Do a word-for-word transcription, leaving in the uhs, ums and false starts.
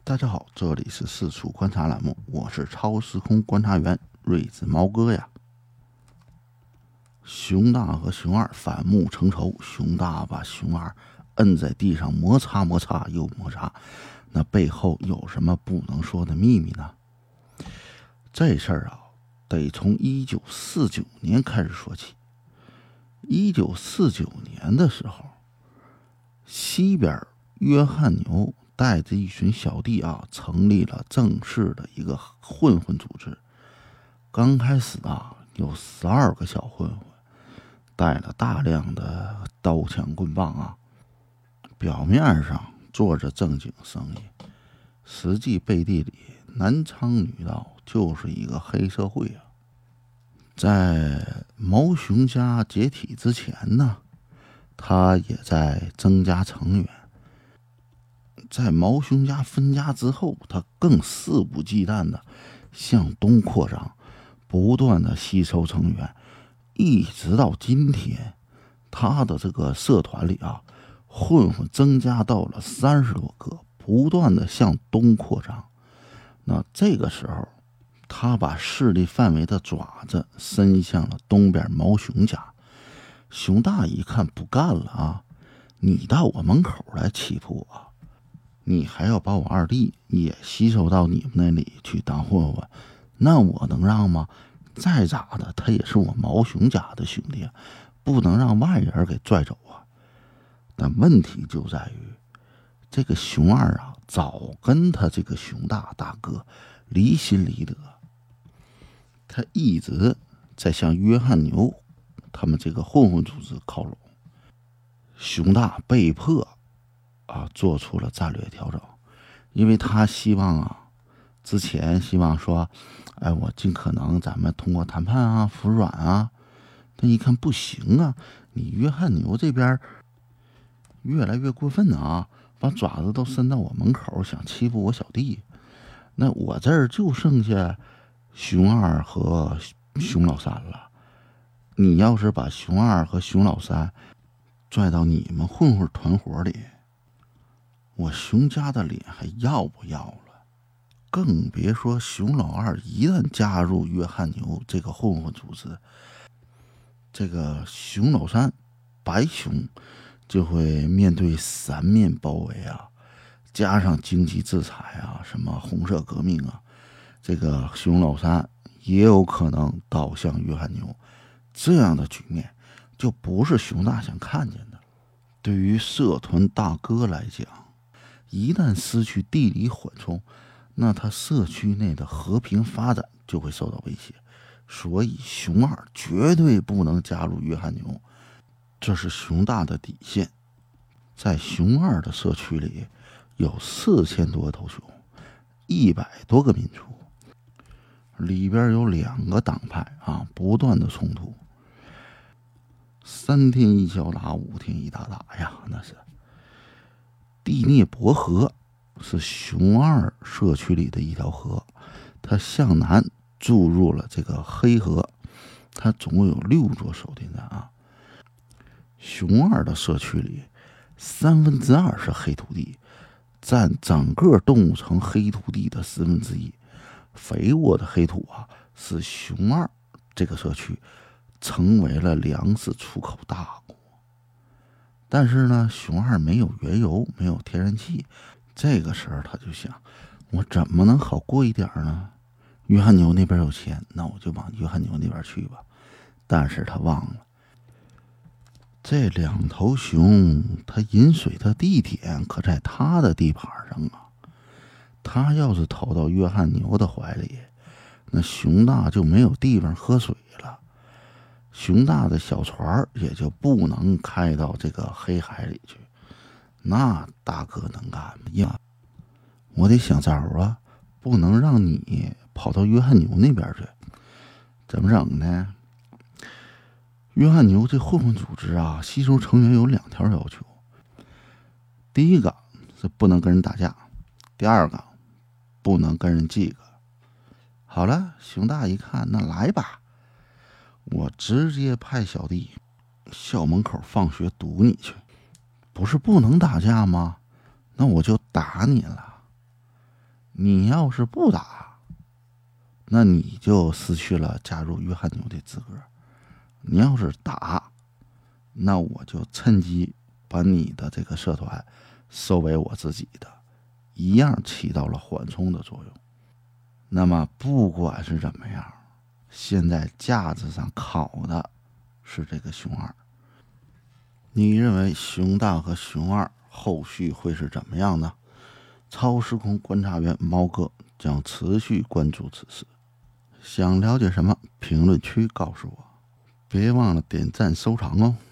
大家好，这里是四处观察栏目，我是超时空观察员瑞子猫哥呀。熊大和熊二反目成仇，熊大把熊二摁在地上摩擦摩擦又摩擦，那背后有什么不能说的秘密呢？这事儿啊，得从一九四九年开始说起。一九四九年的时候，西边约翰牛带着一群小弟啊，成立了正式的一个混混组织。刚开始啊，有十二个小混混，带了大量的刀枪棍棒啊，表面上做着正经生意，实际背地里男娼女盗，就是一个黑社会啊。在毛熊家解体之前呢，他也在增加成员。在毛熊家分家之后，他更肆无忌惮的向东扩张，不断的吸收成员，一直到今天，他的这个社团里啊，混混增加到了三十多个，不断的向东扩张。那这个时候，他把势力范围的爪子伸向了东边毛熊家。熊大一看不干了啊，你到我门口来欺负我，你还要把我二弟也吸收到你们那里去当混混，那我能让吗？再咋的，他也是我毛熊家的兄弟，不能让外人给拽走啊。但问题就在于，这个熊二啊，早跟他这个熊大大哥离心离德，他一直在向约翰牛他们这个混混组织靠拢。熊大被迫啊做出了战略调整，因为他希望啊，之前希望说，哎，我尽可能咱们通过谈判啊服软啊，但一看不行啊，你约翰牛这边越来越过分啊，把爪子都伸到我门口，想欺负我小弟。那我这儿就剩下熊二和熊老三了，你要是把熊二和熊老三拽到你们混混团伙里，我熊家的脸还要不要了？更别说熊老二一旦加入约翰牛这个混混组织，这个熊老三白熊就会面对三面包围啊，加上经济制裁啊，什么红色革命啊，这个熊老三也有可能倒向约翰牛。这样的局面就不是熊大想看见的。对于社团大哥来讲，一旦失去地理缓冲，那他社区内的和平发展就会受到威胁。所以熊二绝对不能加入约翰牛，这是熊大的底线。在熊二的社区里，有四千多头熊，一百多个民族，里边有两个党派啊，不断的冲突，三天一小打，五天一大打呀，那是。地涅伯河是熊二社区里的一条河，它向南注入了这个黑河，它总共有六座手电站啊。熊二的社区里，三分之二是黑土地，占整个动物城黑土地的四分之一。肥沃的黑土啊，使熊二这个社区成为了粮食出口大国。但是呢，熊二没有原油，没有天然气，这个时候他就想，我怎么能好过一点呢？约翰牛那边有钱，那我就往约翰牛那边去吧。但是他忘了，这两头熊，他饮水的地点可在他的地盘上啊。他要是投到约翰牛的怀里，那熊大就没有地方喝水了，熊大的小船也就不能开到这个黑海里去。那大哥能干吗呀？我得想招啊，不能让你跑到约翰牛那边去。怎么整呢？约翰牛这混混组织啊，吸收成员有两条要求。第一个是不能跟人打架，第二个不能跟人记个。好了，熊大一看，那来吧，我直接派小弟校门口放学堵你去。不是不能打架吗？那我就打你了。 你要是不打，那你就失去了加入约翰牛的资格；你要是打，那我就趁机把你的这个社团收为我自己的，一样起到了缓冲的作用。那么不管是怎么样，现在架子上考的是这个熊二。你认为熊大和熊二后续会是怎么样呢？超时空观察员猫哥将持续关注此事。想了解什么？评论区告诉我，别忘了点赞收藏哦。